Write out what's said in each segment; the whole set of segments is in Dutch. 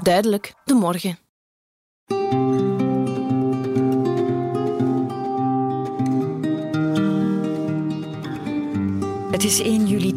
Duidelijk, de morgen. Het is 1 juli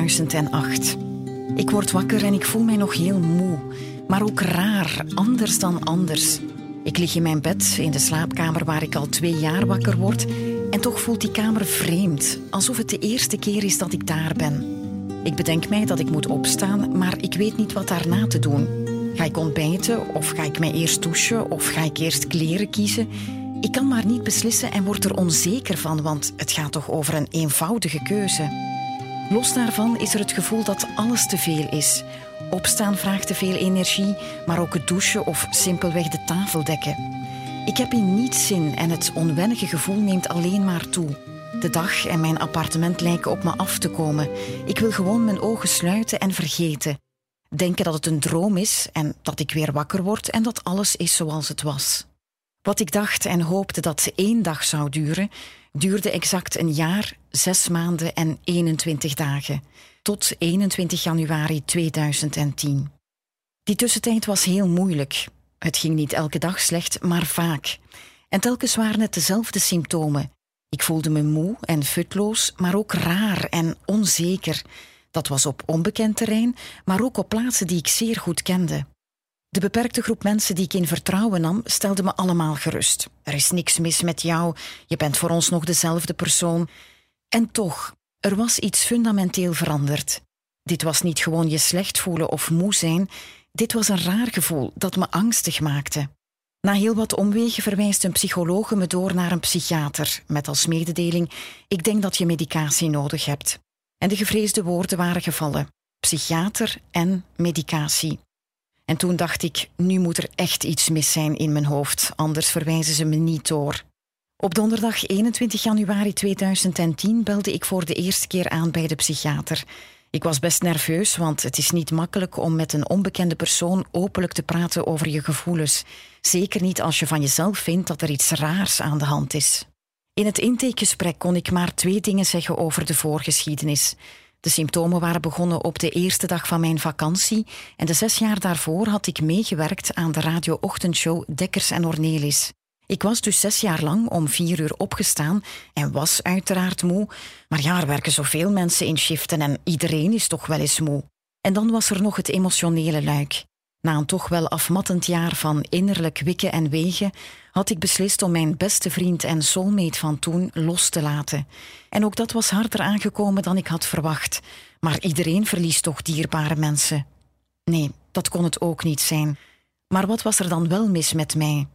2008. Ik word wakker en ik voel mij nog heel moe. Maar ook raar, anders dan anders. Ik lig in mijn bed, in de slaapkamer waar ik al 2 jaar wakker word. En toch voelt die kamer vreemd, alsof het de eerste keer is dat ik daar ben. Ik bedenk mij dat ik moet opstaan, maar ik weet niet wat daarna te doen. Ga ik ontbijten, of ga ik mij eerst douchen, of ga ik eerst kleren kiezen? Ik kan maar niet beslissen en word er onzeker van, want het gaat toch over een eenvoudige keuze. Los daarvan is er het gevoel dat alles te veel is. Opstaan vraagt te veel energie, maar ook het douchen of simpelweg de tafel dekken. Ik heb in niets zin en het onwennige gevoel neemt alleen maar toe. De dag en mijn appartement lijken op me af te komen. Ik wil gewoon mijn ogen sluiten en vergeten. Denken dat het een droom is en dat ik weer wakker word en dat alles is zoals het was. Wat ik dacht en hoopte dat 1 dag zou duren, duurde exact 1 jaar, 6 maanden en 21 dagen. Tot 21 januari 2010. Die tussentijd was heel moeilijk. Het ging niet elke dag slecht, maar vaak. En telkens waren het dezelfde symptomen. Ik voelde me moe en futloos, maar ook raar en onzeker. Dat was op onbekend terrein, maar ook op plaatsen die ik zeer goed kende. De beperkte groep mensen die ik in vertrouwen nam, stelde me allemaal gerust. Er is niks mis met jou, je bent voor ons nog dezelfde persoon. En toch, er was iets fundamenteel veranderd. Dit was niet gewoon je slecht voelen of moe zijn. Dit was een raar gevoel dat me angstig maakte. Na heel wat omwegen verwijst een psycholoog me door naar een psychiater, met als mededeling: ik denk dat je medicatie nodig hebt. En de gevreesde woorden waren gevallen: psychiater en medicatie. En toen dacht ik, nu moet er echt iets mis zijn in mijn hoofd, anders verwijzen ze me niet door. Op donderdag 21 januari 2010 belde ik voor de eerste keer aan bij de psychiater. Ik was best nerveus, want het is niet makkelijk om met een onbekende persoon openlijk te praten over je gevoelens. Zeker niet als je van jezelf vindt dat er iets raars aan de hand is. In het intakegesprek kon ik maar 2 dingen zeggen over de voorgeschiedenis. De symptomen waren begonnen op de eerste dag van mijn vakantie en de 6 jaar daarvoor had ik meegewerkt aan de radio-ochtendshow Dekkers en Ornelis. Ik was dus 6 jaar lang om 4 uur opgestaan en was uiteraard moe. Maar ja, er werken zoveel mensen in shiften en iedereen is toch wel eens moe. En dan was er nog het emotionele luik. Na een toch wel afmattend jaar van innerlijk wikken en wegen had ik beslist om mijn beste vriend en soulmate van toen los te laten. En ook dat was harder aangekomen dan ik had verwacht. Maar iedereen verliest toch dierbare mensen? Nee, dat kon het ook niet zijn. Maar wat was er dan wel mis met mij?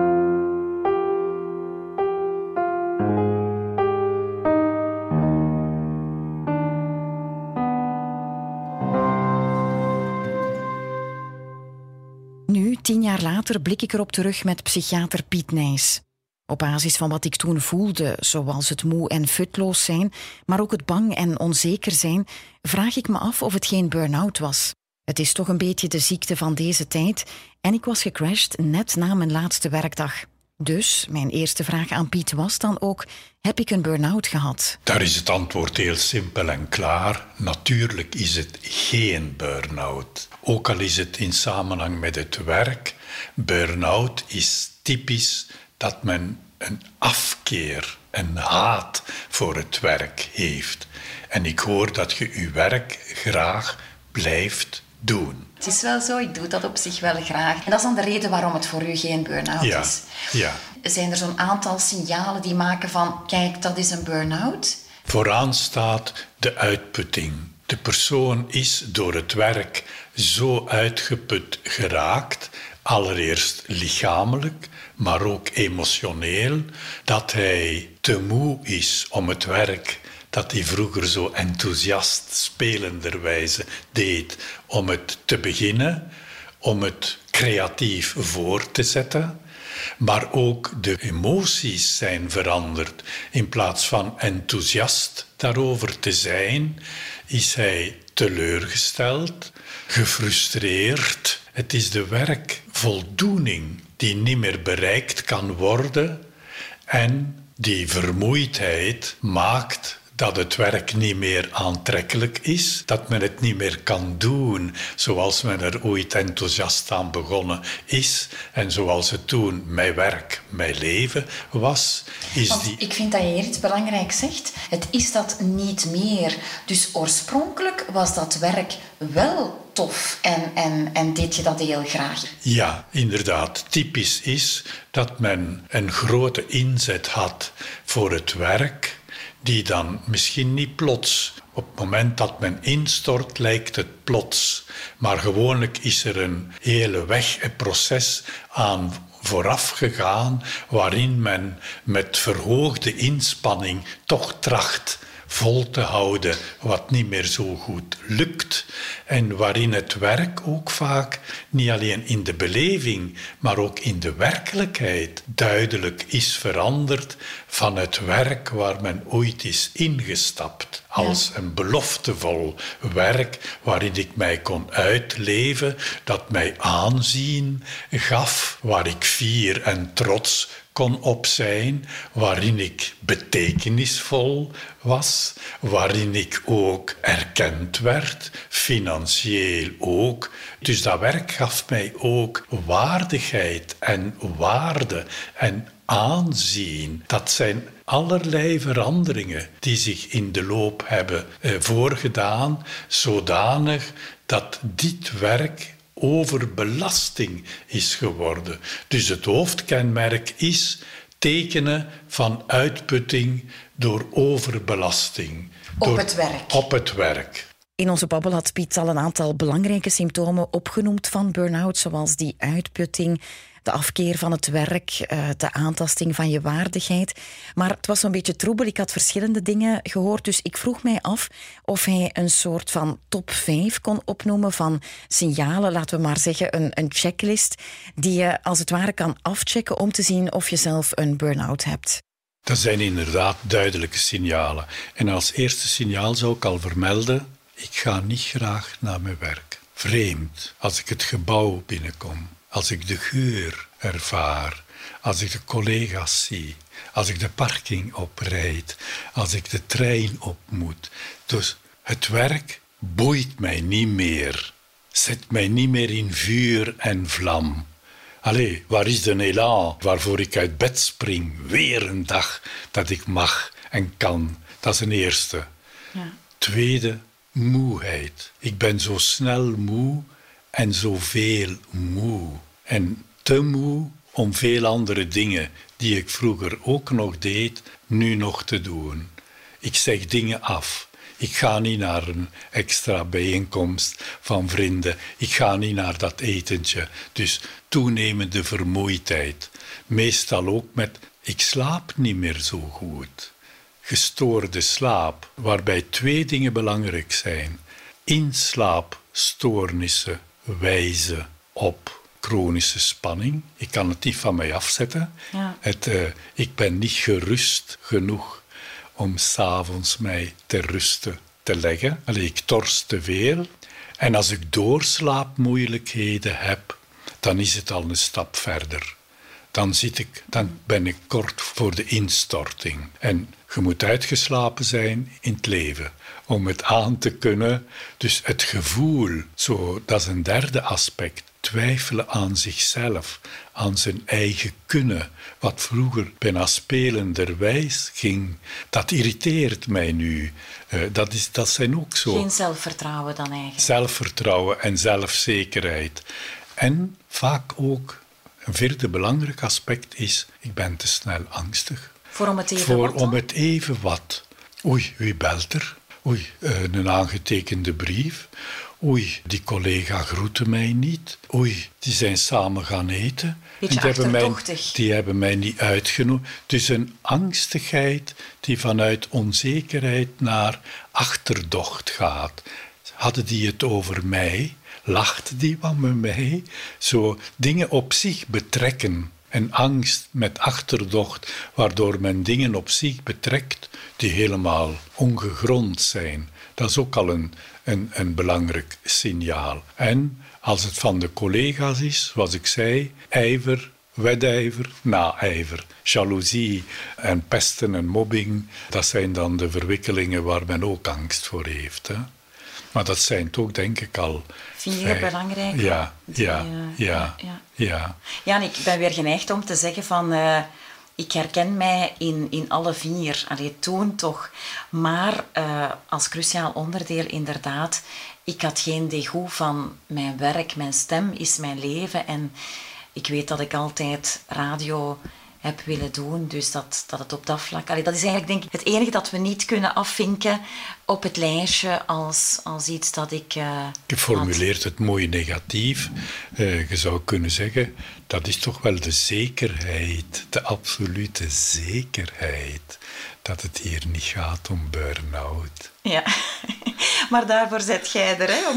Nu, 10 jaar later, blik ik erop terug met psychiater Piet Nijs. Op basis van wat ik toen voelde, zoals het moe en futloos zijn, maar ook het bang en onzeker zijn, vraag ik me af of het geen burn-out was. Het is toch een beetje de ziekte van deze tijd en ik was gecrashed net na mijn laatste werkdag. Dus mijn eerste vraag aan Piet was dan ook: heb ik een burn-out gehad? Daar is het antwoord heel simpel en klaar. Natuurlijk is het geen burn-out. Ook al is het in samenhang met het werk. Burn-out is typisch dat men een afkeer, een haat voor het werk heeft. En ik hoor dat je je werk graag blijft doen. Het is wel zo, ik doe dat op zich wel graag. En dat is dan de reden waarom het voor u geen burn-out is. Ja. Zijn er zo'n aantal signalen die maken van: kijk, dat is een burn-out? Vooraan staat de uitputting. De persoon is door het werk zo uitgeput geraakt, allereerst lichamelijk, maar ook emotioneel, dat hij te moe is om het werk dat hij vroeger zo enthousiast spelenderwijze deed, om het te beginnen, om het creatief voor te zetten. Maar ook de emoties zijn veranderd. In plaats van enthousiast daarover te zijn, is hij teleurgesteld, gefrustreerd. Het is de werkvoldoening die niet meer bereikt kan worden en die vermoeidheid maakt dat het werk niet meer aantrekkelijk is, dat men het niet meer kan doen zoals men er ooit enthousiast aan begonnen is en zoals het toen mijn werk, mijn leven was. Ik vind dat je hier iets belangrijks zegt. Het is dat niet meer. Dus oorspronkelijk was dat werk wel tof en deed je dat heel graag. Ja, inderdaad. Typisch is dat men een grote inzet had voor het werk, die dan misschien niet plots, op het moment dat men instort, lijkt het plots. Maar gewoonlijk is er een hele weg, een proces aan vooraf gegaan, waarin men met verhoogde inspanning toch tracht vol te houden wat niet meer zo goed lukt. En waarin het werk ook vaak niet alleen in de beleving, maar ook in de werkelijkheid duidelijk is veranderd van het werk waar men ooit is ingestapt. Als een beloftevol werk waarin ik mij kon uitleven, dat mij aanzien gaf, waar ik fier en trots kon op zijn, waarin ik betekenisvol was, waarin ik ook erkend werd, financieel ook. Dus dat werk gaf mij ook waardigheid en waarde en aanzien. Dat zijn allerlei veranderingen die zich in de loop hebben voorgedaan, zodanig dat dit werk overbelasting is geworden. Dus het hoofdkenmerk is tekenen van uitputting door overbelasting. Op het werk. In onze babbel had Piet al een aantal belangrijke symptomen opgenoemd van burn-out, zoals die uitputting, de afkeer van het werk, de aantasting van je waardigheid. Maar het was zo'n beetje troebel. Ik had verschillende dingen gehoord, dus ik vroeg mij af of hij een soort van top 5 kon opnoemen van signalen, laten we maar zeggen een checklist, die je als het ware kan afchecken om te zien of je zelf een burn-out hebt. Dat zijn inderdaad duidelijke signalen. En als eerste signaal zou ik al vermelden, ik ga niet graag naar mijn werk. Vreemd, als ik het gebouw binnenkom, als ik de geur ervaar, als ik de collega's zie, als ik de parking oprijd, als ik de trein op moet. Dus het werk boeit mij niet meer, zet mij niet meer in vuur en vlam. Allee, waar is de élan waarvoor ik uit bed spring? Weer een dag dat ik mag en kan. Dat is een eerste. Ja. Tweede, moeheid. Ik ben zo snel moe en zoveel moe. En te moe om veel andere dingen die ik vroeger ook nog deed, nu nog te doen. Ik zeg dingen af. Ik ga niet naar een extra bijeenkomst van vrienden. Ik ga niet naar dat etentje. Dus toenemende vermoeidheid. Meestal ook met, ik slaap niet meer zo goed. Gestoorde slaap, waarbij 2 dingen belangrijk zijn. Inslaapstoornissen wijzen op chronische spanning. Ik kan het niet van mij afzetten. Ja. Ik ben niet gerust genoeg om 's avonds mij ter ruste te leggen. Allee, ik tors te veel. En als ik doorslaapmoeilijkheden heb, dan is het al een stap verder. Dan ben ik kort voor de instorting. En je moet uitgeslapen zijn in het leven om het aan te kunnen. Dus het gevoel, dat is een derde aspect. Twijfelen aan zichzelf, aan zijn eigen kunnen. Wat vroeger bijna spelenderwijs ging, dat irriteert mij nu. Dat zijn ook zo. Geen zelfvertrouwen dan eigenlijk. Zelfvertrouwen en zelfzekerheid. En vaak ook, een vierde belangrijk aspect is, ik ben te snel angstig. Om het even wat. Oei, wie belt er? Oei, een aangetekende brief. Oei, die collega groette mij niet. Oei, die zijn samen gaan eten. Die hebben mij niet uitgenodigd. Dus een angstigheid die vanuit onzekerheid naar achterdocht gaat. Hadden die het over mij? Lachte die wat met mij? Zo dingen op zich betrekken. En angst met achterdocht, waardoor men dingen op zich betrekt die helemaal ongegrond zijn. Dat is ook al een belangrijk signaal. En als het van de collega's is, zoals ik zei, ijver wedijver, naijver. Jaloezie en pesten en mobbing, dat zijn dan de verwikkelingen waar men ook angst voor heeft. Hè? Maar dat zijn toch, denk ik, al... 4 belangrijke. Ja. Ja, en ik ben weer geneigd om te zeggen van... ik herken mij in alle 4. Allee, toen toch. Maar als cruciaal onderdeel inderdaad... Ik had geen dégoût van mijn werk. Mijn stem is mijn leven. En ik weet dat ik altijd radio heb willen doen. Dus dat het op dat vlak... Allee, dat is eigenlijk denk ik het enige dat we niet kunnen afvinken op het lijstje als iets dat ik... Je formuleert het mooi negatief. Je zou kunnen zeggen, dat is toch wel de zekerheid, de absolute zekerheid, dat het hier niet gaat om burn-out. Ja, maar daarvoor zet jij er, hè,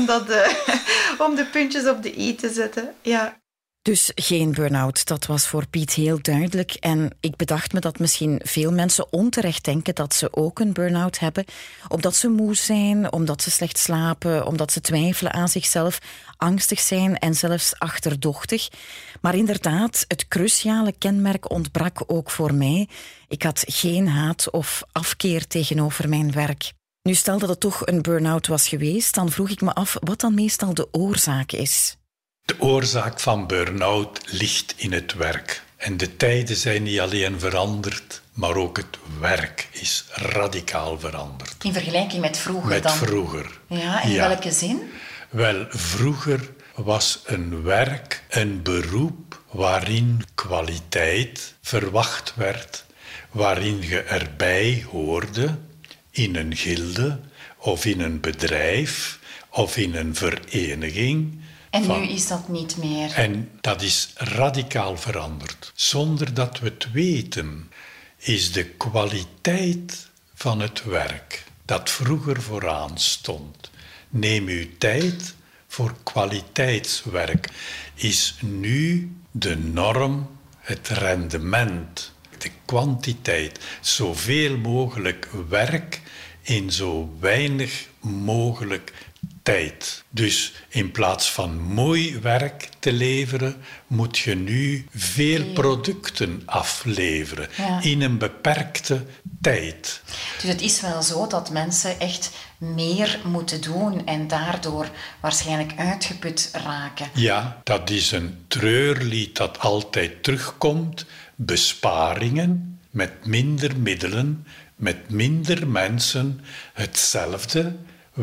om de puntjes op de i te zetten. Ja. Dus geen burn-out, dat was voor Piet heel duidelijk. En ik bedacht me dat misschien veel mensen onterecht denken dat ze ook een burn-out hebben, omdat ze moe zijn, omdat ze slecht slapen, omdat ze twijfelen aan zichzelf, angstig zijn en zelfs achterdochtig. Maar inderdaad, het cruciale kenmerk ontbrak ook voor mij. Ik had geen haat of afkeer tegenover mijn werk. Nu, stel dat het toch een burn-out was geweest, dan vroeg ik me af wat dan meestal de oorzaak is. De oorzaak van burn-out ligt in het werk. En de tijden zijn niet alleen veranderd, maar ook het werk is radicaal veranderd. In vergelijking met vroeger dan? Met vroeger. Ja, in welke zin? Wel, vroeger was een werk een beroep waarin kwaliteit verwacht werd, waarin je erbij hoorde in een gilde of in een bedrijf of in een vereniging. En nu is dat niet meer. En dat is radicaal veranderd. Zonder dat we het weten, is de kwaliteit van het werk dat vroeger vooraan stond. Neem uw tijd voor kwaliteitswerk. Is nu de norm, het rendement, de kwantiteit. Zoveel mogelijk werk in zo weinig mogelijk tijd. Dus in plaats van mooi werk te leveren, moet je nu veel producten afleveren in een beperkte tijd. Dus het is wel zo dat mensen echt meer moeten doen en daardoor waarschijnlijk uitgeput raken. Ja, dat is een treurlied dat altijd terugkomt. Besparingen met minder middelen, met minder mensen, hetzelfde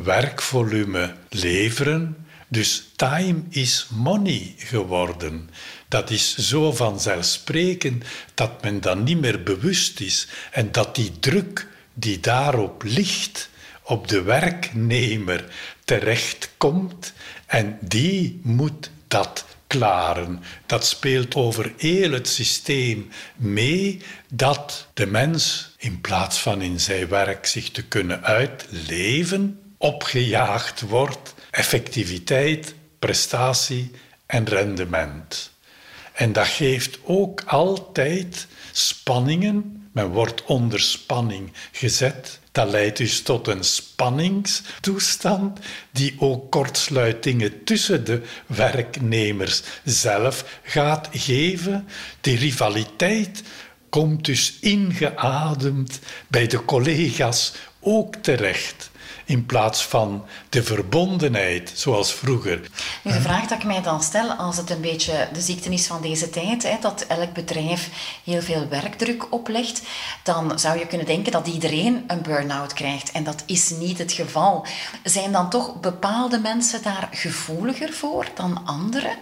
werkvolume leveren. Dus time is money geworden. Dat is zo vanzelfsprekend dat men dan niet meer bewust is. En dat die druk die daarop ligt, op de werknemer terechtkomt. En die moet dat klaren. Dat speelt over heel het systeem mee, dat de mens in plaats van in zijn werk zich te kunnen uitleven, opgejaagd wordt, effectiviteit, prestatie en rendement. En dat geeft ook altijd spanningen. Men wordt onder spanning gezet. Dat leidt dus tot een spanningstoestand die ook kortsluitingen tussen de werknemers zelf gaat geven. Die rivaliteit komt dus ingeademd bij de collega's ook terecht. In plaats van de verbondenheid, zoals vroeger. Nu, de vraag dat ik mij dan stel, als het een beetje de ziekte is van deze tijd, dat elk bedrijf heel veel werkdruk oplegt, dan zou je kunnen denken dat iedereen een burn-out krijgt. En dat is niet het geval. Zijn dan toch bepaalde mensen daar gevoeliger voor dan anderen?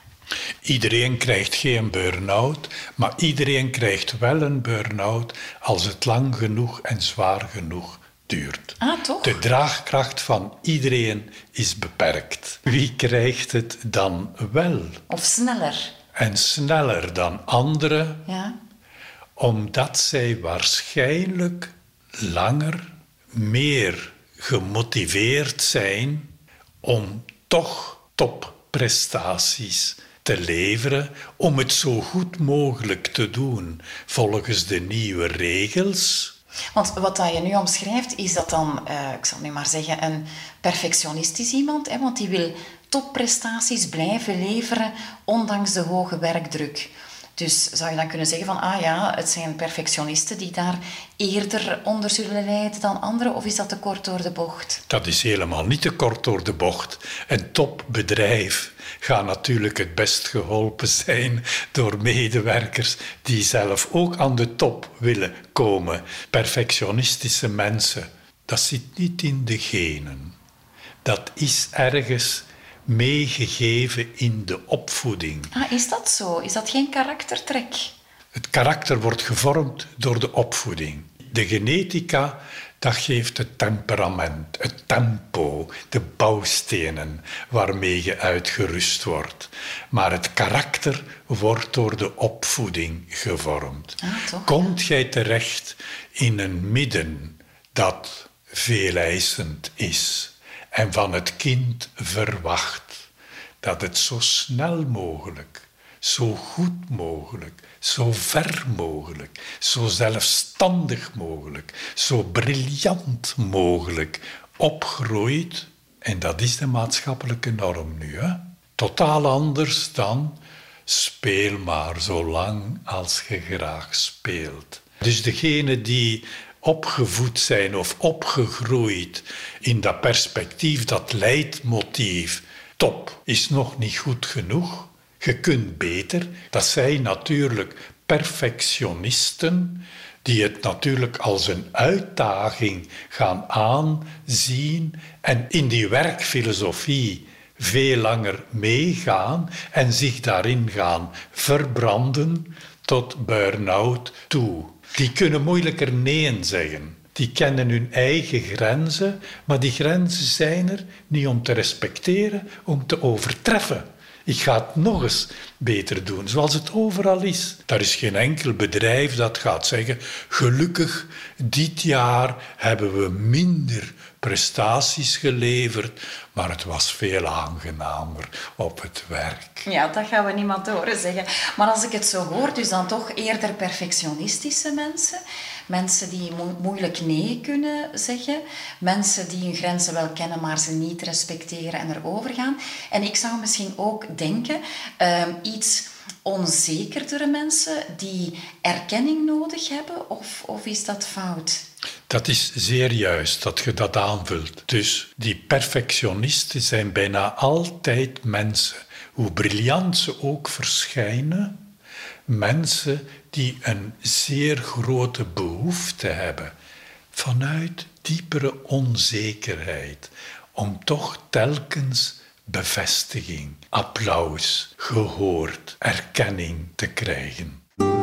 Iedereen krijgt geen burn-out, maar iedereen krijgt wel een burn-out als het lang genoeg en zwaar genoeg duurt. Toch? De draagkracht van iedereen is beperkt. Wie krijgt het dan wel? Of sneller? En sneller dan anderen, ja. Omdat zij waarschijnlijk langer, meer gemotiveerd zijn om toch topprestaties te leveren, om het zo goed mogelijk te doen volgens de nieuwe regels. Want wat je nu omschrijft, is dat dan, ik zal nu maar zeggen, een perfectionist is iemand, want die wil topprestaties blijven leveren, ondanks de hoge werkdruk. Dus zou je dan kunnen zeggen van, het zijn perfectionisten die daar eerder onder zullen lijden dan anderen, of is dat te kort door de bocht? Dat is helemaal niet te kort door de bocht. Een topbedrijf gaat natuurlijk het best geholpen zijn door medewerkers die zelf ook aan de top willen komen. Perfectionistische mensen, dat zit niet in de genen. Dat is ergens meegegeven in de opvoeding. Is dat zo? Is dat geen karaktertrek? Het karakter wordt gevormd door de opvoeding. De genetica, dat geeft het temperament, het tempo, de bouwstenen waarmee je uitgerust wordt. Maar het karakter wordt door de opvoeding gevormd. Toch? Komt jij terecht in een midden dat veeleisend is en van het kind verwacht dat het zo snel mogelijk, zo goed mogelijk, zo ver mogelijk, zo zelfstandig mogelijk, zo briljant mogelijk opgroeit. En dat is de maatschappelijke norm nu. Hè? Totaal anders dan speel maar zo lang als je graag speelt. Dus degene die opgevoed zijn of opgegroeid in dat perspectief, dat leidmotief, top is nog niet goed genoeg. Je kunt beter. Dat zijn natuurlijk perfectionisten die het natuurlijk als een uitdaging gaan aanzien en in die werkfilosofie veel langer meegaan en zich daarin gaan verbranden tot burn-out toe. Die kunnen moeilijker nee zeggen. Die kennen hun eigen grenzen, maar die grenzen zijn er niet om te respecteren, om te overtreffen. Ik ga het nog eens beter doen, zoals het overal is. Er is geen enkel bedrijf dat gaat zeggen, gelukkig, dit jaar hebben we minder prestaties geleverd, maar het was veel aangenamer op het werk. Ja, dat gaan we niemand horen zeggen. Maar als ik het zo hoor, dus dan toch eerder perfectionistische mensen. Mensen die moeilijk nee kunnen zeggen. Mensen die hun grenzen wel kennen, maar ze niet respecteren en erover gaan. En ik zou misschien ook denken, iets onzekerdere mensen die erkenning nodig hebben, of is dat fout? Dat is zeer juist dat je dat aanvult. Dus die perfectionisten zijn bijna altijd mensen, hoe briljant ze ook verschijnen, mensen die een zeer grote behoefte hebben vanuit diepere onzekerheid om toch telkens bevestiging, applaus, gehoord, erkenning te krijgen.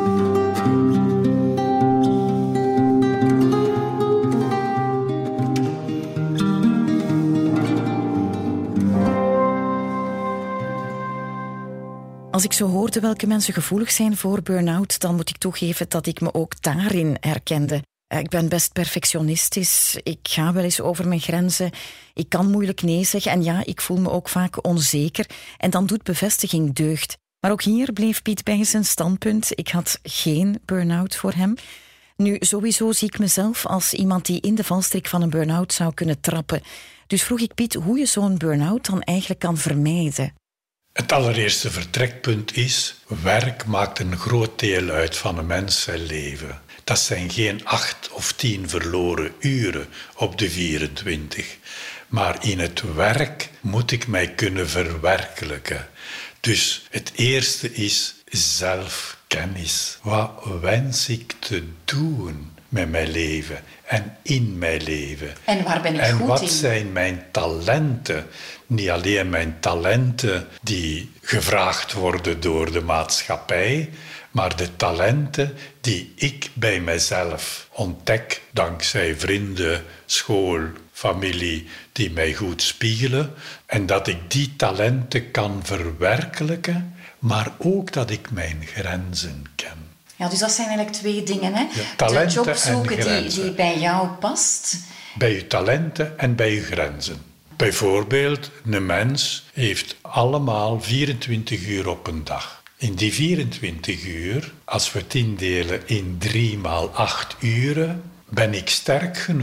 Als ik zo hoorde welke mensen gevoelig zijn voor burn-out, dan moet ik toegeven dat ik me ook daarin herkende. Ik ben best perfectionistisch, ik ga wel eens over mijn grenzen, ik kan moeilijk nee zeggen en ja, ik voel me ook vaak onzeker en dan doet bevestiging deugd. Maar ook hier bleef Piet bij zijn standpunt, ik had geen burn-out voor hem. Nu, sowieso zie ik mezelf als iemand die in de valstrik van een burn-out zou kunnen trappen. Dus vroeg ik Piet hoe je zo'n burn-out dan eigenlijk kan vermijden. Het allereerste vertrekpunt is, werk maakt een groot deel uit van een mens zijn leven. Dat zijn geen 8 of 10 verloren uren op de 24. Maar in het werk moet ik mij kunnen verwerkelijken. Dus het eerste is zelfkennis. Wat wens ik te doen met mijn leven en in mijn leven? En waar ben ik goed in? En wat zijn mijn talenten? Niet alleen mijn talenten die gevraagd worden door de maatschappij, maar de talenten die ik bij mijzelf ontdek dankzij vrienden, school, familie die mij goed spiegelen. En dat ik die talenten kan verwerkelijken, maar ook dat ik mijn grenzen ken. Ja, dus dat zijn eigenlijk 2 dingen, hè? Ja, de job zoeken die bij jou past. Bij je talenten en bij je grenzen. Bijvoorbeeld, een mens heeft allemaal 24 uur op een dag. In die 24 uur, als we het indelen in 3 x 8 uren, ben ik sterk genoeg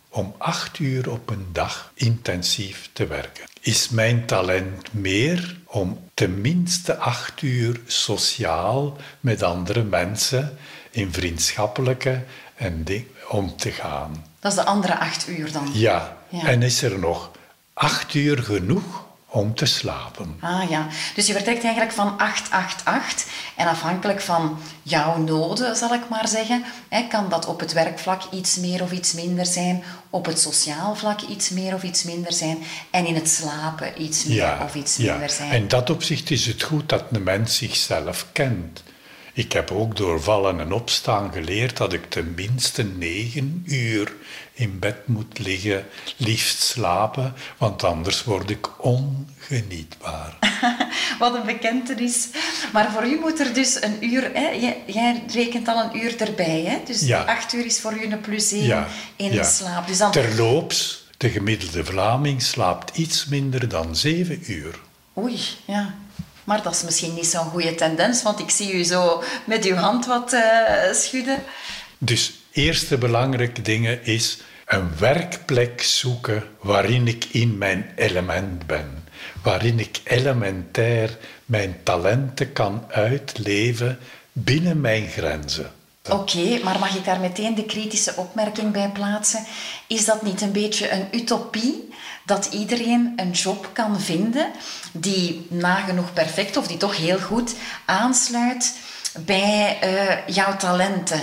om 8 uur op een dag intensief te werken. Is mijn talent meer om tenminste 8 uur sociaal met andere mensen in vriendschappelijke en om te gaan? Dat is de andere 8 uur dan? Ja. En is er nog 8 uur genoeg om te slapen? Ah ja, dus je vertrekt eigenlijk van 8-8-8 en afhankelijk van jouw noden, zal ik maar zeggen, kan dat op het werkvlak iets meer of iets minder zijn, op het sociaal vlak iets meer of iets minder zijn en in het slapen iets meer of iets minder zijn. In dat opzicht is het goed dat de mens zichzelf kent. Ik heb ook door vallen en opstaan geleerd dat ik tenminste 9 uur in bed moet liggen, liefst slapen, want anders word ik ongenietbaar. Wat een bekentenis. Maar voor u moet er dus een uur... Jij rekent al een uur erbij, hè? Dus 8 uur is voor u een +1 in slaap. Dus dan... Terloops, de gemiddelde Vlaming slaapt iets minder dan 7 uur. Oei, ja. Maar dat is misschien niet zo'n goede tendens, want ik zie u zo met uw hand wat schudden. Dus eerste belangrijke ding is een werkplek zoeken waarin ik in mijn element ben. Waarin ik elementair mijn talenten kan uitleven binnen mijn grenzen. Oké, maar mag ik daar meteen de kritische opmerking bij plaatsen? Is dat niet een beetje een utopie? Dat iedereen een job kan vinden die nagenoeg perfect of die toch heel goed aansluit bij jouw talenten.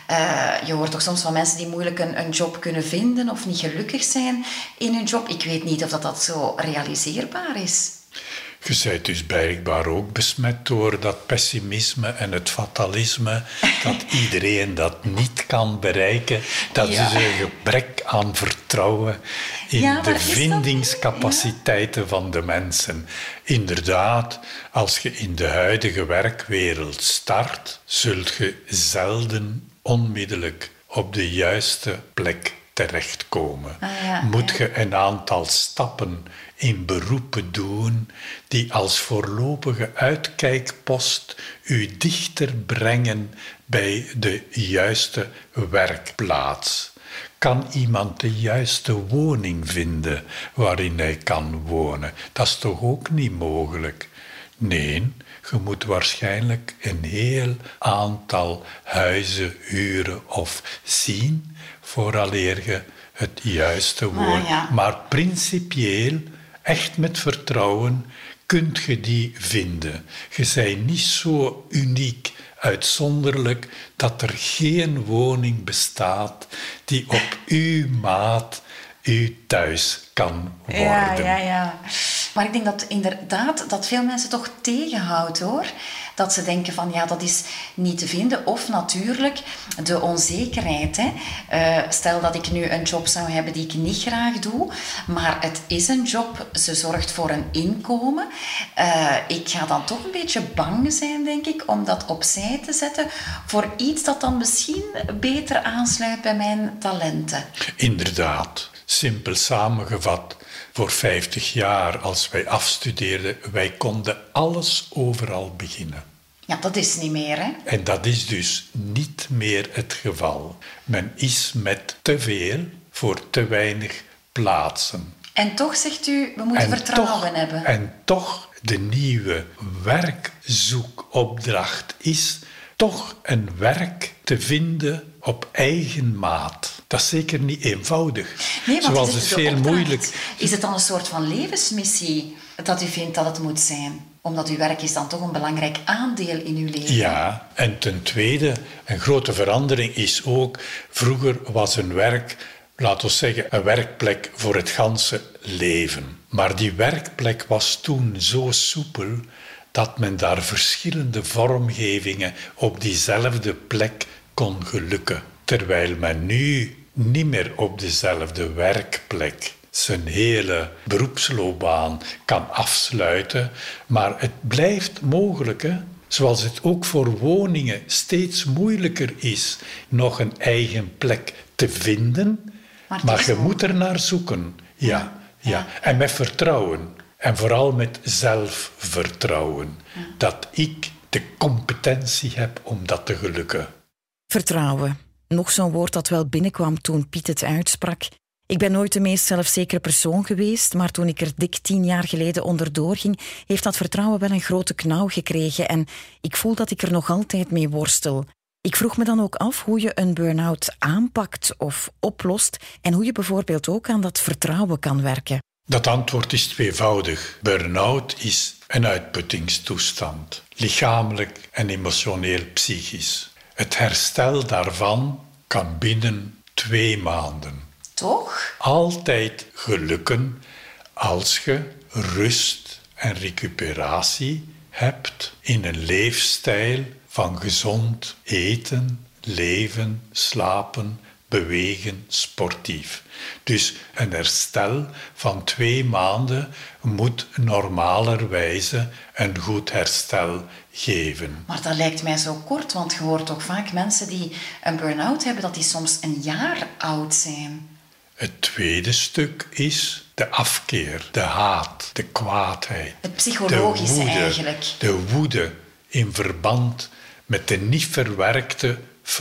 Je hoort toch soms van mensen die moeilijk een job kunnen vinden of niet gelukkig zijn in hun job. Ik weet niet of dat zo realiseerbaar is. Je bent dus blijkbaar ook besmet door dat pessimisme en het fatalisme, dat iedereen dat niet kan bereiken. Dat is een gebrek aan vertrouwen in de vindingscapaciteiten van de mensen. Inderdaad, als je in de huidige werkwereld start, zult je zelden onmiddellijk op de juiste plek terechtkomen. Moet je een aantal stappen in beroepen doen die als voorlopige uitkijkpost u dichter brengen bij de juiste werkplaats. Kan iemand de juiste woning vinden waarin hij kan wonen? Dat is toch ook niet mogelijk? Nee, je moet waarschijnlijk een heel aantal huizen huren of zien vooraleer je het juiste woont. Maar principieel, echt met vertrouwen, kunt je die vinden. Je bent niet zo uniek, uitzonderlijk, dat er geen woning bestaat die op uw maat uw thuis kan worden. Ja. Maar ik denk dat inderdaad dat veel mensen toch tegenhoudt, hoor. Dat ze denken van, dat is niet te vinden. Of natuurlijk de onzekerheid. Hè. Stel dat ik nu een job zou hebben die ik niet graag doe, maar het is een job, ze zorgt voor een inkomen. Ik ga dan toch een beetje bang zijn, denk ik, om dat opzij te zetten voor iets dat dan misschien beter aansluit bij mijn talenten. Inderdaad. Simpel samengevat, voor 50 jaar als wij afstudeerden, wij konden alles overal beginnen. Ja, dat is niet meer, hè? En dat is dus niet meer het geval. Men is met te veel voor te weinig plaatsen. En toch zegt u, we moeten vertrouwen hebben. En toch, de nieuwe werkzoekopdracht is toch een werk te vinden op eigen maat. Dat is zeker niet eenvoudig. Nee, want zoals het veel moeilijk. Is het dan een soort van levensmissie dat u vindt dat het moet zijn? Omdat uw werk is dan toch een belangrijk aandeel in uw leven. Ja, en ten tweede, een grote verandering is ook, vroeger was een werk, laten we zeggen, een werkplek voor het ganse leven. Maar die werkplek was toen zo soepel dat men daar verschillende vormgevingen op diezelfde plek kon gelukken. Terwijl men nu niet meer op dezelfde werkplek zijn hele beroepsloopbaan kan afsluiten, maar het blijft mogelijk, hè? Zoals het ook voor woningen steeds moeilijker is nog een eigen plek te vinden, maar je moet er naar zoeken. Ja. En met vertrouwen. En vooral met zelfvertrouwen. Ja. Dat ik de competentie heb om dat te gelukken. Vertrouwen. Nog zo'n woord dat wel binnenkwam toen Piet het uitsprak. Ik ben nooit de meest zelfzekere persoon geweest, maar toen ik er dik 10 jaar geleden onderdoor ging, heeft dat vertrouwen wel een grote knauw gekregen en ik voel dat ik er nog altijd mee worstel. Ik vroeg me dan ook af hoe je een burn-out aanpakt of oplost en hoe je bijvoorbeeld ook aan dat vertrouwen kan werken. Dat antwoord is tweevoudig. Burn-out is een uitputtingstoestand, lichamelijk en emotioneel psychisch. Het herstel daarvan kan binnen 2 maanden. Toch? Altijd gelukken als je rust en recuperatie hebt in een leefstijl van gezond eten, leven, slapen, bewegen, sportief. Dus een herstel van 2 maanden moet normalerwijze een goed herstel geven. Maar dat lijkt mij zo kort, want je hoort ook vaak mensen die een burn-out hebben, dat die soms een jaar oud zijn. Het tweede stuk is de afkeer, de haat, de kwaadheid. Het psychologische de woede, eigenlijk. De woede in verband met de niet verwerkte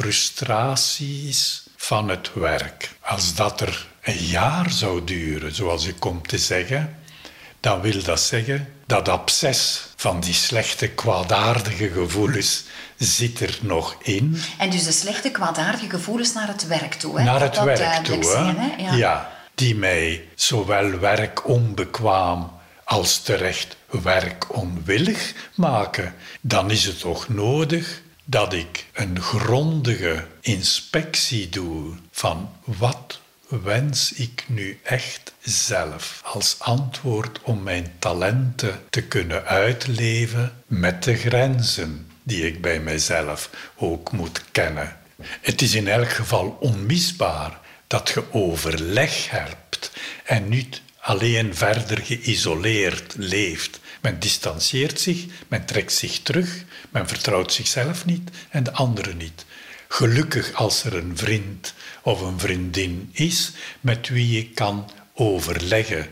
frustraties van het werk. Als dat er een jaar zou duren, zoals ik kom te zeggen, dan wil dat zeggen dat absces van die slechte, kwaadaardige gevoelens zit er nog in. En dus de slechte, kwaadaardige gevoelens naar het werk toe. Hè? Naar het dat werk toe, zijn, hè? Ja. Ja, die mij zowel werkonbekwaam als terecht werkonwillig maken. Dan is het toch nodig dat ik een grondige inspectie doe van wat wens ik nu echt zelf als antwoord om mijn talenten te kunnen uitleven met de grenzen die ik bij mijzelf ook moet kennen. Het is in elk geval onmisbaar dat je overleg hebt en niet alleen verder geïsoleerd leeft. Men distancieert zich, men trekt zich terug, men vertrouwt zichzelf niet en de anderen niet. Gelukkig als er een vriend of een vriendin is met wie je kan overleggen.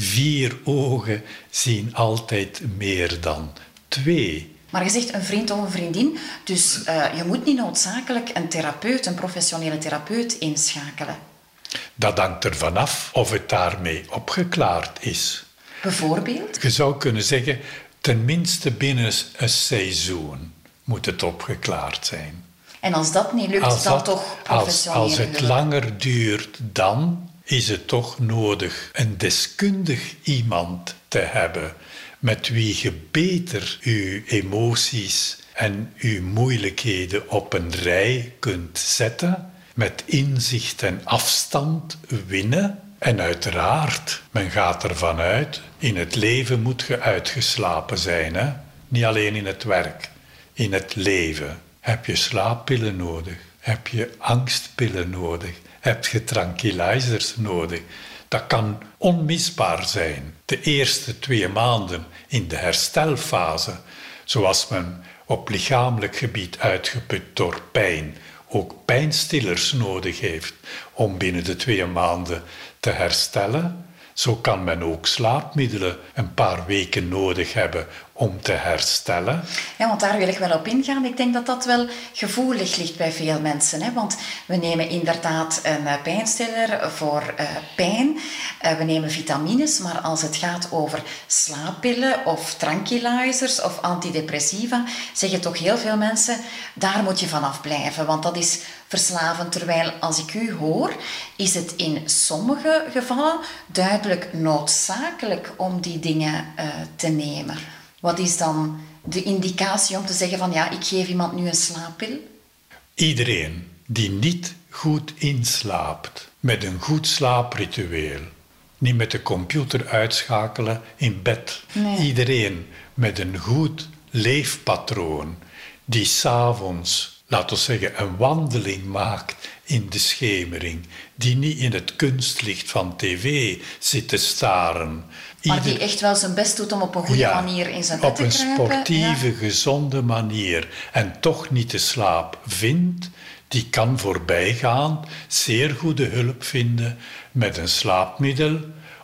4 ogen zien altijd meer dan 2. Maar je zegt een vriend of een vriendin, dus je moet niet noodzakelijk een therapeut, een professionele therapeut inschakelen. Dat hangt ervan af of het daarmee opgeklaard is. Bijvoorbeeld? Je zou kunnen zeggen, tenminste binnen een seizoen moet het opgeklaard zijn. En als dat niet lukt, dan toch professionele Als het hulp. langer duurt, dan is het toch nodig een deskundig iemand te hebben met wie je beter je emoties en je moeilijkheden op een rij kunt zetten, met inzicht en afstand winnen. En uiteraard, men gaat ervan uit, in het leven moet je uitgeslapen zijn. Hè? Niet alleen in het werk, in het leven. Heb je slaappillen nodig? Heb je angstpillen nodig? Heb je tranquilizers nodig? Dat kan onmisbaar zijn. De eerste 2 maanden in de herstelfase, zoals men op lichamelijk gebied uitgeput door pijn, ook pijnstillers nodig heeft om binnen de 2 maanden te herstellen. Zo kan men ook slaapmiddelen een paar weken nodig hebben om te herstellen. Ja, want daar wil ik wel op ingaan. Ik denk dat dat wel gevoelig ligt bij veel mensen. Hè? Want we nemen inderdaad een pijnstiller voor pijn. We nemen vitamines, maar als het gaat over slaappillen of tranquilizers of antidepressiva, zeggen toch heel veel mensen, daar moet je vanaf blijven, want dat is verslavend. Terwijl als ik u hoor, is het in sommige gevallen duidelijk noodzakelijk om die dingen te nemen. Wat is dan de indicatie om te zeggen van ja, ik geef iemand nu een slaappil? Iedereen die niet goed inslaapt met een goed slaapritueel, niet met de computer uitschakelen in bed. Nee. Iedereen met een goed leefpatroon die 's avonds, laten we zeggen, een wandeling maakt in de schemering, die niet in het kunstlicht van tv zit te staren. Maar die echt wel zijn best doet om op een goede manier in zijn bed te kruipen. Op een sportieve, gezonde manier en toch niet de slaap vindt, die kan voorbijgaan, zeer goede hulp vinden met een slaapmiddel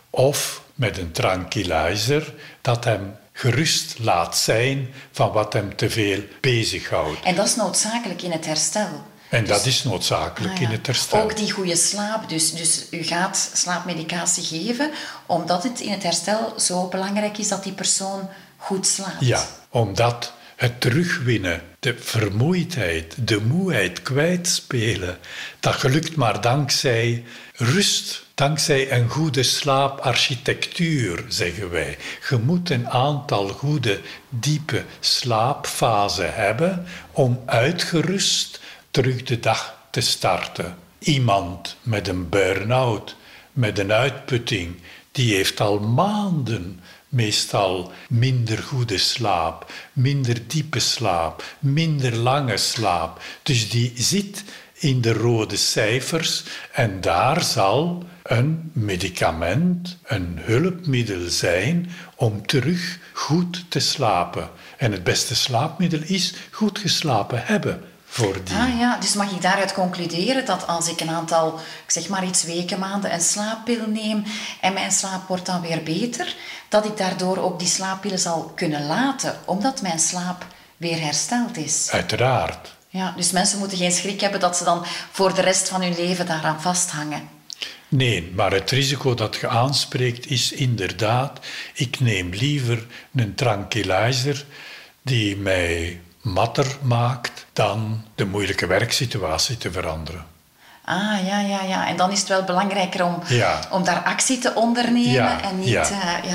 of met een tranquilizer dat hem gerust laat zijn van wat hem te veel bezighoudt. En dat is noodzakelijk in het herstel. En dat is noodzakelijk in het herstel. Ook die goede slaap. Dus u gaat slaapmedicatie geven, omdat het in het herstel zo belangrijk is dat die persoon goed slaapt. Ja, omdat het terugwinnen, de vermoeidheid, de moeheid kwijtspelen, dat gelukt maar dankzij rust, dankzij een goede slaaparchitectuur, zeggen wij. Je moet een aantal goede, diepe slaapfasen hebben om uitgerust terug de dag te starten. Iemand met een burn-out, met een uitputting, die heeft al maanden meestal minder goede slaap, minder diepe slaap, minder lange slaap. Dus die zit in de rode cijfers en daar zal een medicament, een hulpmiddel zijn om terug goed te slapen. En het beste slaapmiddel is goed geslapen hebben. Dus mag ik daaruit concluderen dat als ik een aantal, ik zeg maar iets weken, maanden, een slaappil neem en mijn slaap wordt dan weer beter, dat ik daardoor ook die slaappillen zal kunnen laten, omdat mijn slaap weer hersteld is? Uiteraard. Ja, dus mensen moeten geen schrik hebben dat ze dan voor de rest van hun leven daaraan vasthangen. Nee, maar het risico dat je aanspreekt is inderdaad, ik neem liever een tranquilizer die mij matter maakt dan de moeilijke werksituatie te veranderen. Ja. En dan is het wel belangrijker om daar actie te ondernemen en niet...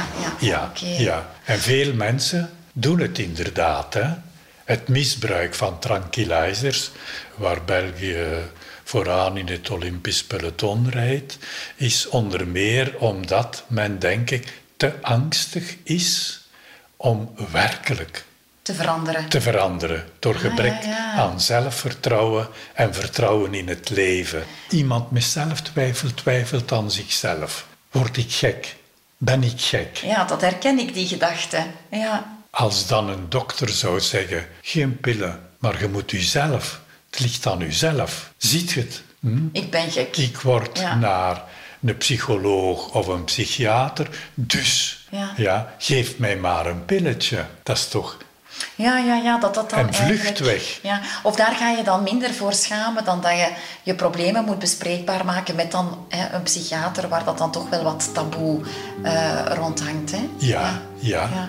Ja. En veel mensen doen het inderdaad. Hè? Het misbruik van tranquilizers, waar België vooraan in het Olympisch peloton rijdt, is onder meer omdat men, denk ik, te angstig is om werkelijk te veranderen. Door gebrek aan zelfvertrouwen en vertrouwen in het leven. Iemand met zelftwijfel twijfelt aan zichzelf. Word ik gek? Ben ik gek? Ja, dat herken ik, die gedachte. Ja. Als dan een dokter zou zeggen, geen pillen, maar je moet jezelf. Het ligt aan jezelf. Ziet je het? Ik ben gek. Ik word naar een psycholoog of een psychiater, dus geef mij maar een pilletje. Dat is toch... dat dan en vlucht weg. Ja. Of daar ga je dan minder voor schamen dan dat je je problemen moet bespreekbaar maken met dan een psychiater waar dat dan toch wel wat taboe rondhangt. Hè? Ja.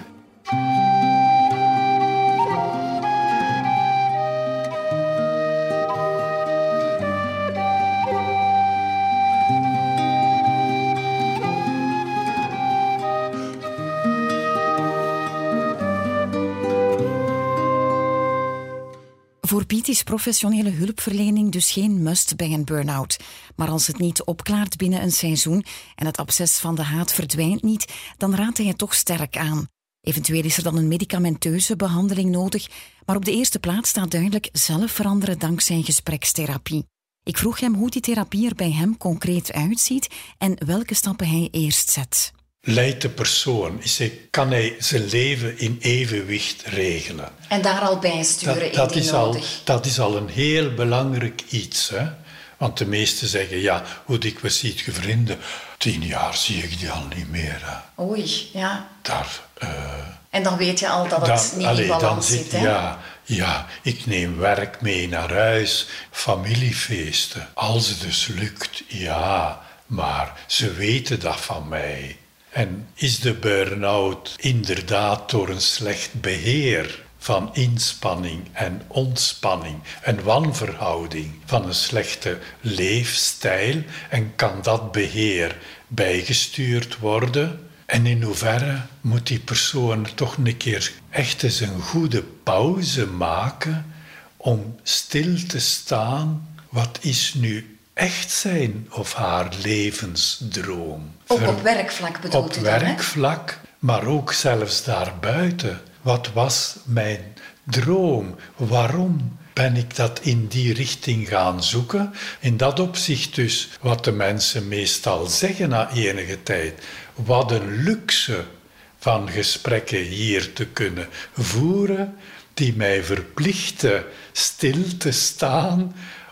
Voor Piet is professionele hulpverlening dus geen must bij een burn-out. Maar als het niet opklaart binnen een seizoen en het absces van de haat verdwijnt niet, dan raadt hij het toch sterk aan. Eventueel is er dan een medicamenteuze behandeling nodig, maar op de eerste plaats staat duidelijk zelf veranderen dankzij gesprekstherapie. Ik vroeg hem hoe die therapie er bij hem concreet uitziet en welke stappen hij eerst zet. Leidt de persoon, kan hij zijn leven in evenwicht regelen. En daar al bij sturen indien nodig. Dat is al een heel belangrijk iets. Hè? Want de meesten zeggen, hoe dikwijls ziet je vrienden? 10 jaar zie ik die al niet meer. Hè? Oei, ja. En dan weet je al dat het niet in balans zit. Hè? Ja, ik neem werk mee naar huis, familiefeesten. Als het dus lukt, maar ze weten dat van mij. En is de burn-out inderdaad door een slecht beheer van inspanning en ontspanning, een wanverhouding van een slechte leefstijl, en kan dat beheer bijgestuurd worden? En in hoeverre moet die persoon toch een keer echt eens een goede pauze maken om stil te staan, wat is nu echt zijn of haar levensdroom? Ook op werkvlak bedoelt u dan? Op werkvlak, maar ook zelfs daarbuiten. Wat was mijn droom? Waarom ben ik dat in die richting gaan zoeken? In dat opzicht dus, wat de mensen meestal zeggen na enige tijd. Wat een luxe van gesprekken hier te kunnen voeren, die mij verplichten stil te staan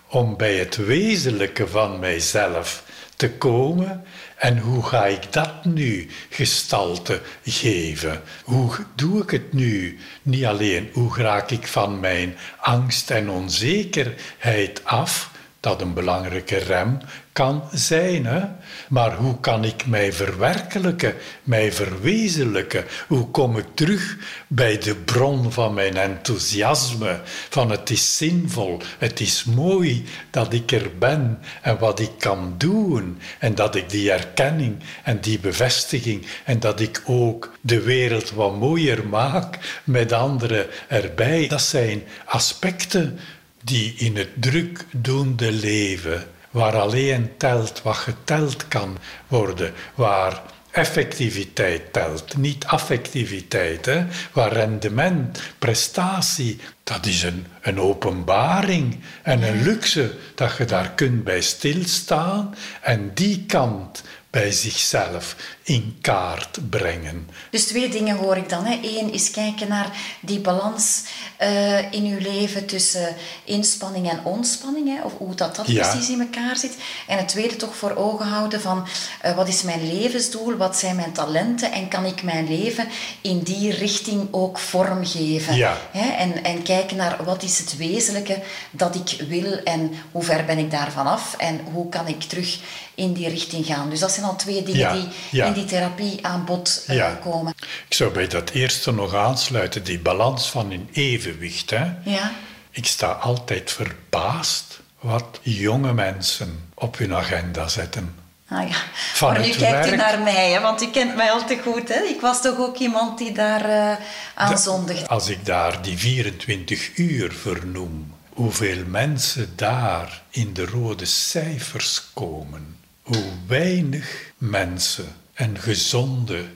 om bij het wezenlijke van mijzelf te komen. En hoe ga ik dat nu gestalte geven? Hoe doe ik het nu? Niet alleen hoe raak ik van mijn angst en onzekerheid af, dat een belangrijke rem kan zijn. Hè? Maar hoe kan ik mij verwerkelijken, mij verwezenlijken? Hoe kom ik terug bij de bron van mijn enthousiasme? Van het is zinvol, het is mooi dat ik er ben en wat ik kan doen. En dat ik die erkenning en die bevestiging en dat ik ook de wereld wat mooier maak met anderen erbij. Dat zijn aspecten die in het drukdoende leven, waar alleen telt wat geteld kan worden, waar effectiviteit telt, niet affectiviteit, hè? Waar rendement, prestatie, dat is een openbaring en een luxe dat je daar kunt bij stilstaan en die kant bij zichzelf in kaart brengen. Dus 2 dingen hoor ik dan. Hè. 1 is kijken naar die balans in uw leven tussen inspanning en ontspanning. Hè, of hoe dat precies in elkaar zit. En het tweede toch voor ogen houden van wat is mijn levensdoel, wat zijn mijn talenten en kan ik mijn leven in die richting ook vormgeven. Ja. Hè, en kijken naar wat is het wezenlijke dat ik wil en hoe ver ben ik daarvan af en hoe kan ik terug in die richting gaan. Dus dat zijn al 2 dingen die in die therapie aan bod komen. Ik zou bij dat eerste nog aansluiten, die balans van in evenwicht. Hè? Ja. Ik sta altijd verbaasd wat jonge mensen op hun agenda zetten. Ah ja, Van maar nu kijkt u naar mij, hè? Want u kent mij al te goed. Hè? Ik was toch ook iemand die daar aan zondigde. Als ik daar die 24 uur vernoem, hoeveel mensen daar in de rode cijfers komen, hoe weinig mensen een gezonde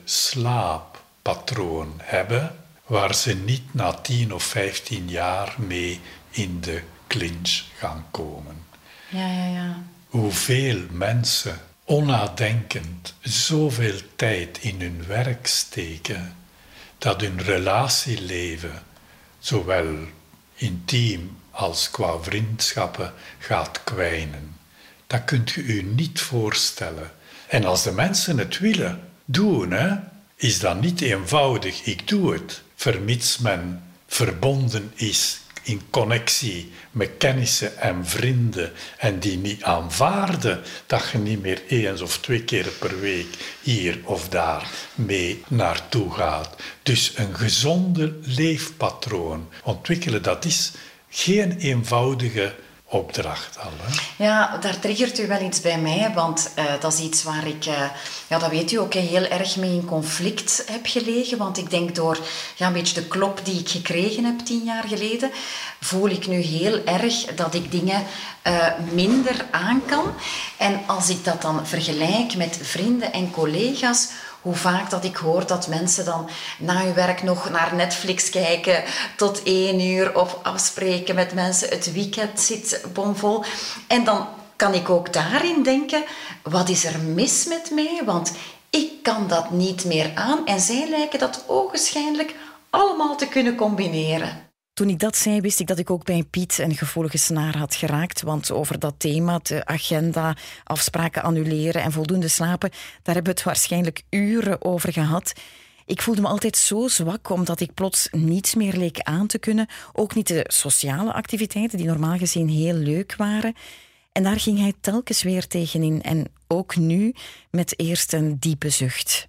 slaappatroon hebben, waar ze niet na 10 of 15 jaar mee in de clinch gaan komen. Ja. Hoeveel mensen onnadenkend zoveel tijd in hun werk steken, dat hun relatieleven, zowel intiem als qua vriendschappen, gaat kwijnen. Dat kunt u u niet voorstellen. En als de mensen het willen doen, hè, is dat niet eenvoudig. Ik doe het, vermits men verbonden is in connectie met kennissen en vrienden en die niet aanvaarden dat je niet meer 1 of 2 keer per week hier of daar mee naartoe gaat. Dus een gezonde leefpatroon ontwikkelen, dat is geen eenvoudige opdracht al. Hè? Ja, daar triggert u wel iets bij mij, want dat is iets waar ik, dat weet u ook, heel erg mee in conflict heb gelegen. Want ik denk door een beetje de klop die ik gekregen heb 10 jaar geleden, voel ik nu heel erg dat ik dingen minder aan kan. En als ik dat dan vergelijk met vrienden en collega's, hoe vaak dat ik hoor dat mensen dan na hun werk nog naar Netflix kijken tot 1 uur of afspreken met mensen. Het weekend zit bomvol. En dan kan ik ook daarin denken, wat is er mis met mij? Want ik kan dat niet meer aan en zij lijken dat ogenschijnlijk allemaal te kunnen combineren. Toen ik dat zei, wist ik dat ik ook bij Piet een gevoelige snaar had geraakt. Want over dat thema, de agenda, afspraken annuleren en voldoende slapen, daar hebben we het waarschijnlijk uren over gehad. Ik voelde me altijd zo zwak, omdat ik plots niets meer leek aan te kunnen. Ook niet de sociale activiteiten, die normaal gezien heel leuk waren. En daar ging hij telkens weer tegenin. En ook nu met eerst een diepe zucht.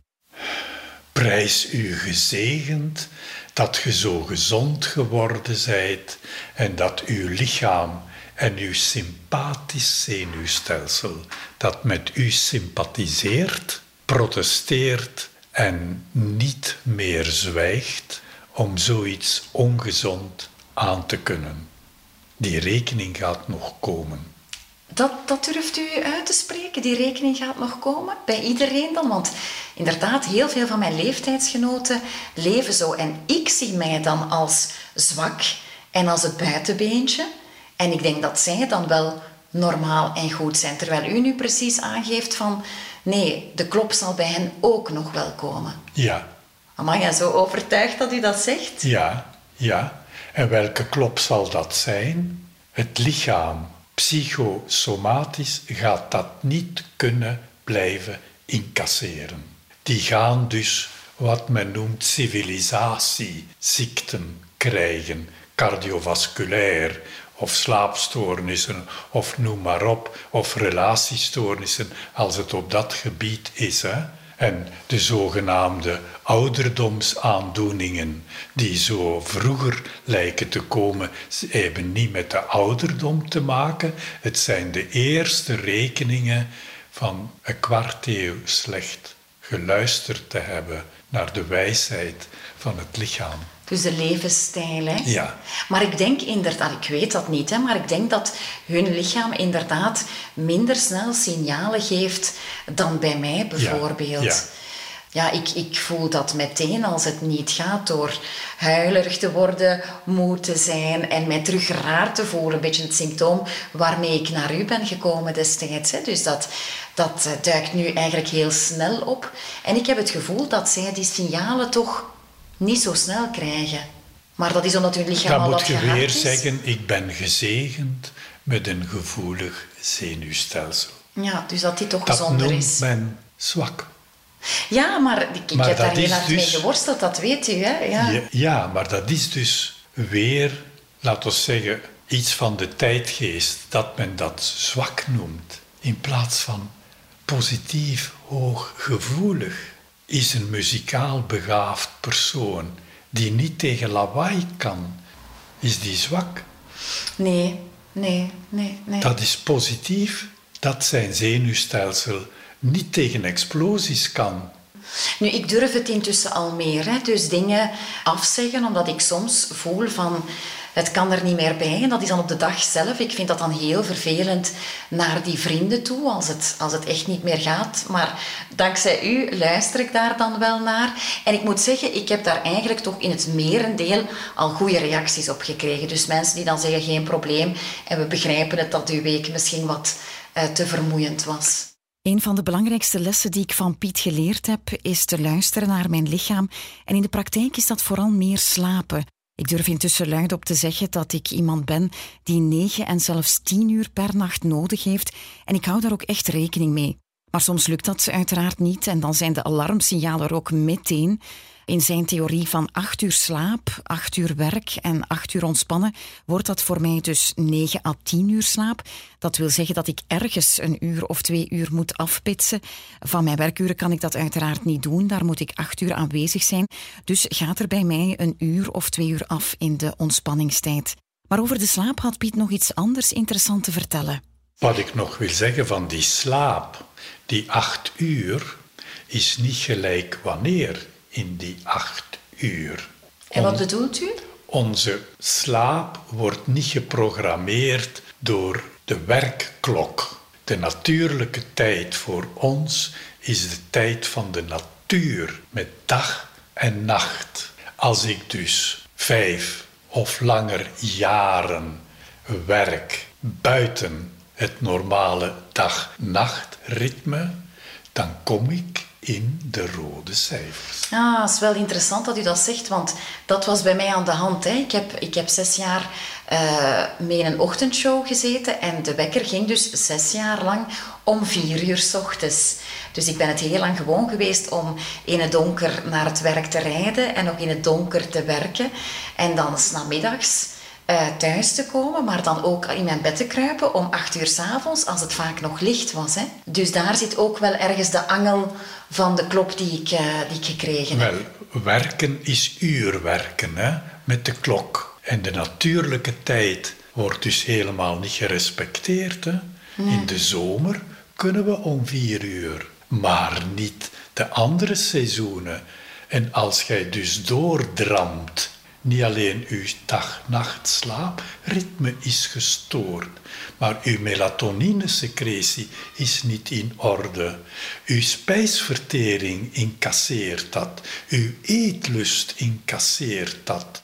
Prijs u gezegend dat je zo gezond geworden zijt en dat uw lichaam en uw sympathisch zenuwstelsel dat met u sympathiseert, protesteert en niet meer zwijgt om zoiets ongezond aan te kunnen. Die rekening gaat nog komen. Dat durft u uit te spreken? Die rekening gaat nog komen? Bij iedereen dan? Want inderdaad, heel veel van mijn leeftijdsgenoten leven zo. En ik zie mij dan als zwak en als het buitenbeentje. En ik denk dat zij dan wel normaal en goed zijn. Terwijl u nu precies aangeeft van, nee, de klop zal bij hen ook nog wel komen. Ja. Amai, en zo overtuigd dat u dat zegt? Ja. En welke klop zal dat zijn? Het lichaam Psychosomatisch gaat dat niet kunnen blijven incasseren. Die gaan dus wat men noemt civilisatieziekten krijgen, cardiovasculair of slaapstoornissen of noem maar op, of relatiestoornissen als het op dat gebied is. Hè? En de zogenaamde ouderdomsaandoeningen die zo vroeger lijken te komen, hebben niet met de ouderdom te maken. Het zijn de eerste rekeningen van een kwart eeuw slecht geluisterd te hebben naar de wijsheid van het lichaam. Dus de levensstijl, hè? Ja. Maar ik denk inderdaad, ik weet dat niet, hè, maar ik denk dat hun lichaam inderdaad minder snel signalen geeft dan bij mij bijvoorbeeld. Ja. Ja, ik voel dat meteen als het niet gaat door huilerig te worden, moe te zijn en mij terug raar te voelen. Een beetje het symptoom waarmee ik naar u ben gekomen destijds. Hè. Dus dat duikt nu eigenlijk heel snel op. En ik heb het gevoel dat zij die signalen toch niet zo snel krijgen. Maar dat is omdat hun lichaam al wat gehard is. Dan moet je weer zeggen, ik ben gezegend met een gevoelig zenuwstelsel. Ja, dus dat die toch gezonder is. Dat noemt men zwak. Ja, maar ik heb daar heel hard mee geworsteld, dat weet u, hè? Ja. Ja, maar dat is dus weer, laten we zeggen, iets van de tijdgeest, dat men dat zwak noemt. In plaats van positief, hooggevoelig, is een muzikaal begaafd persoon die niet tegen lawaai kan. Is die zwak? Nee. Dat is positief, dat zijn zenuwstelsel niet tegen explosies kan. Nu, ik durf het intussen al meer. Hè? Dus dingen afzeggen, omdat ik soms voel van het kan er niet meer bij. En dat is dan op de dag zelf. Ik vind dat dan heel vervelend naar die vrienden toe, als het echt niet meer gaat. Maar dankzij u luister ik daar dan wel naar. En ik moet zeggen, ik heb daar eigenlijk toch in het merendeel al goede reacties op gekregen. Dus mensen die dan zeggen, geen probleem. En we begrijpen het dat uw week misschien wat te vermoeiend was. Een van de belangrijkste lessen die ik van Piet geleerd heb, is te luisteren naar mijn lichaam. En in de praktijk is dat vooral meer slapen. Ik durf intussen luidop te zeggen dat ik iemand ben die 9 en zelfs 10 uur per nacht nodig heeft. En ik hou daar ook echt rekening mee. Maar soms lukt dat uiteraard niet en dan zijn de alarmsignalen er ook meteen. In zijn theorie van 8 uur slaap, 8 uur werk en 8 uur ontspannen wordt dat voor mij dus 9 à 10 uur slaap. Dat wil zeggen dat ik ergens 1 uur of 2 uur moet afpitsen. Van mijn werkuren kan ik dat uiteraard niet doen, daar moet ik 8 uur aanwezig zijn. Dus gaat er bij mij 1 uur of 2 uur af in de ontspanningstijd. Maar over de slaap had Piet nog iets anders interessant te vertellen. Wat ik nog wil zeggen van die slaap, die 8 uur, is niet gelijk wanneer in die 8 uur. En wat bedoelt u? Onze slaap wordt niet geprogrammeerd door de werkklok. De natuurlijke tijd voor ons is de tijd van de natuur met dag en nacht. Als ik dus 5 of langer jaren werk buiten het normale dag-nachtritme, dan kom ik in de rode cijfers. Ah, het is wel interessant dat u dat zegt, want dat was bij mij aan de hand. Hè. Ik heb 6 jaar mee in een ochtendshow gezeten en de wekker ging dus 6 jaar lang om 4 uur 's ochtends. Dus ik ben het heel lang gewoon geweest om in het donker naar het werk te rijden en nog in het donker te werken. En dan 's namiddags thuis te komen, maar dan ook in mijn bed te kruipen om 8 uur 's avonds, als het vaak nog licht was. Hè. Dus daar zit ook wel ergens de angel van de klok die ik gekregen heb. Wel, werken is uurwerken, hè, met de klok. En de natuurlijke tijd wordt dus helemaal niet gerespecteerd. Hè. Nee. In de zomer kunnen we om 4 uur, maar niet de andere seizoenen. En als jij dus doordramt, niet alleen uw dag-nacht slaapritme is gestoord, maar uw melatoninесecretie is niet in orde. Uw spijsvertering incasseert dat. Uw eetlust incasseert dat.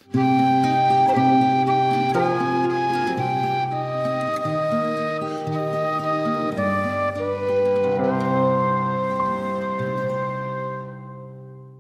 Het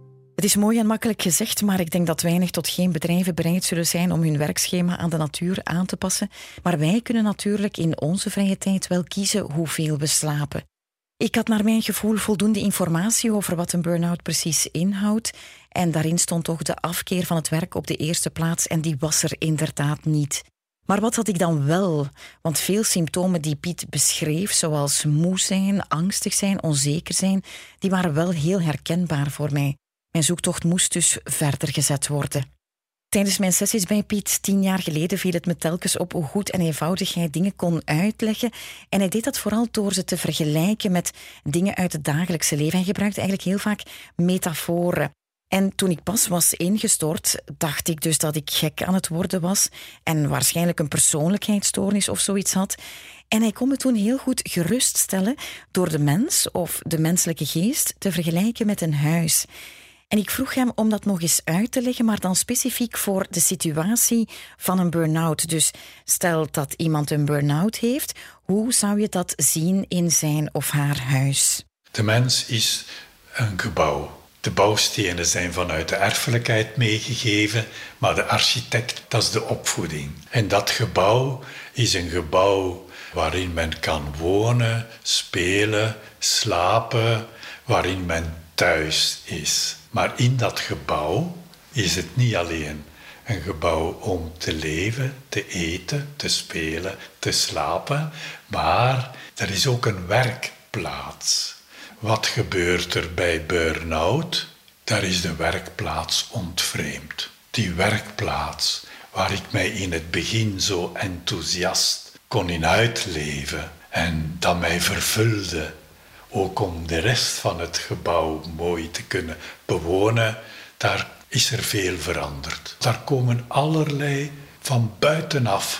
is mooi en makkelijk gezegd, maar ik denk dat weinig tot geen bedrijven bereid zullen zijn om hun werkschema aan de natuur aan te passen. Maar wij kunnen natuurlijk in onze vrije tijd wel kiezen hoeveel we slapen. Ik had naar mijn gevoel voldoende informatie over wat een burn-out precies inhoudt. En daarin stond toch de afkeer van het werk op de eerste plaats en die was er inderdaad niet. Maar wat had ik dan wel? Want veel symptomen die Piet beschreef, zoals moe zijn, angstig zijn, onzeker zijn, die waren wel heel herkenbaar voor mij. Mijn zoektocht moest dus verder gezet worden. Tijdens mijn sessies bij Piet 10 jaar geleden viel het me telkens op hoe goed en eenvoudig hij dingen kon uitleggen. En hij deed dat vooral door ze te vergelijken met dingen uit het dagelijkse leven. Hij gebruikte eigenlijk heel vaak metaforen. En toen ik pas was ingestort, dacht ik dus dat ik gek aan het worden was en waarschijnlijk een persoonlijkheidsstoornis of zoiets had. En hij kon me toen heel goed geruststellen door de mens of de menselijke geest te vergelijken met een huis. En ik vroeg hem om dat nog eens uit te leggen, maar dan specifiek voor de situatie van een burn-out. Dus stel dat iemand een burn-out heeft, hoe zou je dat zien in zijn of haar huis? De mens is een gebouw. De bouwstenen zijn vanuit de erfelijkheid meegegeven, maar de architect, dat is de opvoeding. En dat gebouw is een gebouw waarin men kan wonen, spelen, slapen, waarin men thuis is. Maar in dat gebouw is het niet alleen een gebouw om te leven, te eten, te spelen, te slapen, maar er is ook een werkplaats. Wat gebeurt er bij burn-out? Daar is de werkplaats ontvreemd. Die werkplaats waar ik mij in het begin zo enthousiast kon in uitleven en dat mij vervulde, ook om de rest van het gebouw mooi te kunnen bewonen, daar is er veel veranderd. Daar komen allerlei van buitenaf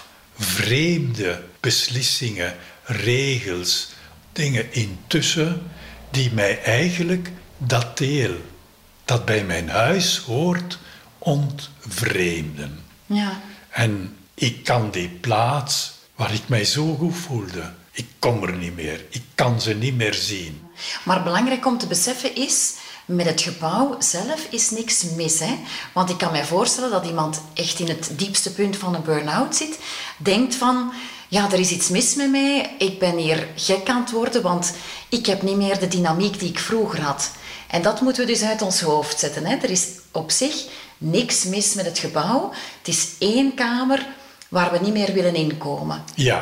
vreemde beslissingen, regels, dingen intussen die mij eigenlijk dat deel dat bij mijn huis hoort ontvreemden. Ja. En ik kan die plaats waar ik mij zo goed voelde, ik kom er niet meer, ik kan ze niet meer zien. Maar belangrijk om te beseffen is, met het gebouw zelf is niks mis. Hè? Want ik kan mij voorstellen dat iemand echt in het diepste punt van een burn-out zit, denkt van, ja, er is iets mis met mij, ik ben hier gek aan het worden, want ik heb niet meer de dynamiek die ik vroeger had. En dat moeten we dus uit ons hoofd zetten. Hè? Er is op zich niks mis met het gebouw. Het is 1 kamer waar we niet meer willen inkomen.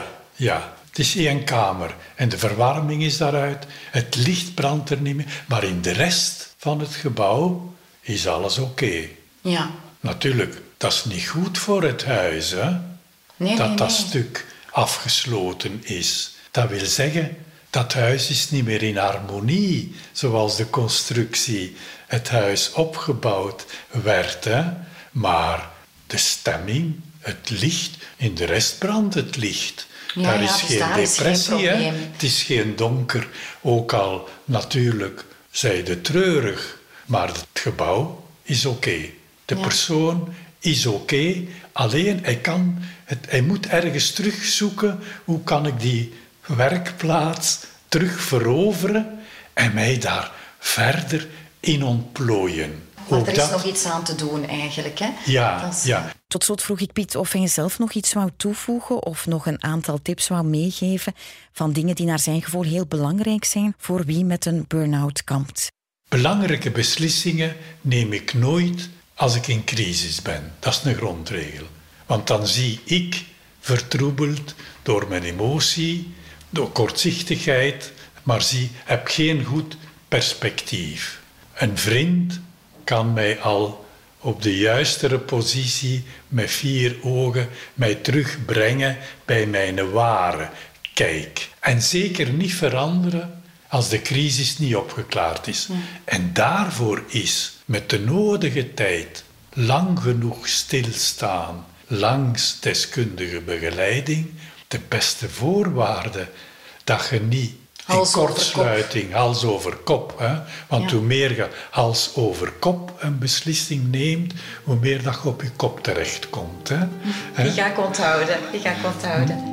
Ja. Het is 1 kamer en de verwarming is daaruit. Het licht brandt er niet meer. Maar in de rest van het gebouw is alles oké. Ja. Natuurlijk, dat is niet goed voor het huis, hè? Nee. Dat stuk afgesloten is. Dat wil zeggen, dat huis is niet meer in harmonie, zoals de constructie, het huis opgebouwd werd. Hè? Maar de stemming, het licht, in de rest brandt het licht. Daar is geen depressie, hè? Het is geen donker. Ook al natuurlijk zijde treurig, maar het gebouw is oké. De persoon is oké. Alleen hij moet ergens terugzoeken. Hoe kan ik die werkplaats terug veroveren en mij daar verder in ontplooien? Maar er is nog iets aan te doen eigenlijk, hè? Ja. Tot slot vroeg ik Piet of hij zelf nog iets wou toevoegen of nog een aantal tips wou meegeven van dingen die naar zijn gevoel heel belangrijk zijn voor wie met een burn-out kampt. Belangrijke beslissingen neem ik nooit als ik in crisis ben. Dat is een grondregel. Want dan zie ik vertroebeld door mijn emotie, door kortzichtigheid, maar heb geen goed perspectief. Een vriend kan mij al op de juistere positie met 4 ogen mij terugbrengen bij mijn ware kijk. En zeker niet veranderen als de crisis niet opgeklaard is. Ja. En daarvoor is met de nodige tijd lang genoeg stilstaan langs deskundige begeleiding de beste voorwaarde dat je niet in kortsluiting, hals over kop. Hè? Want hoe meer je hals over kop een beslissing neemt, hoe meer dat je op je kop terechtkomt. Hè? Die ga ik onthouden.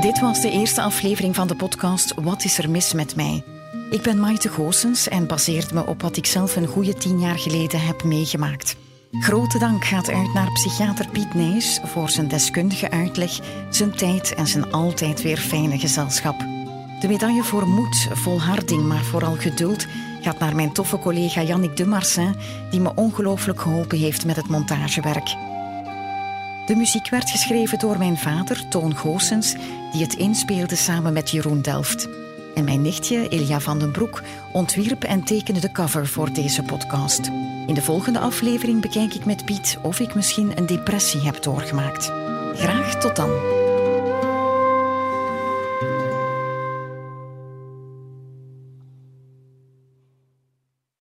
Dit was de eerste aflevering van de podcast Wat is er mis met mij? Ik ben Maite Goossens en baseert me op wat ik zelf een goede 10 jaar geleden heb meegemaakt. Grote dank gaat uit naar psychiater Piet Nijs voor zijn deskundige uitleg, zijn tijd en zijn altijd weer fijne gezelschap. De medaille voor moed, volharding, maar vooral geduld gaat naar mijn toffe collega Yannick de Marsin, die me ongelooflijk geholpen heeft met het montagewerk. De muziek werd geschreven door mijn vader, Toon Goossens, die het inspeelde samen met Jeroen Delft. En mijn nichtje, Ilja van den Broek, ontwierp en tekende de cover voor deze podcast. In de volgende aflevering bekijk ik met Piet of ik misschien een depressie heb doorgemaakt. Graag tot dan.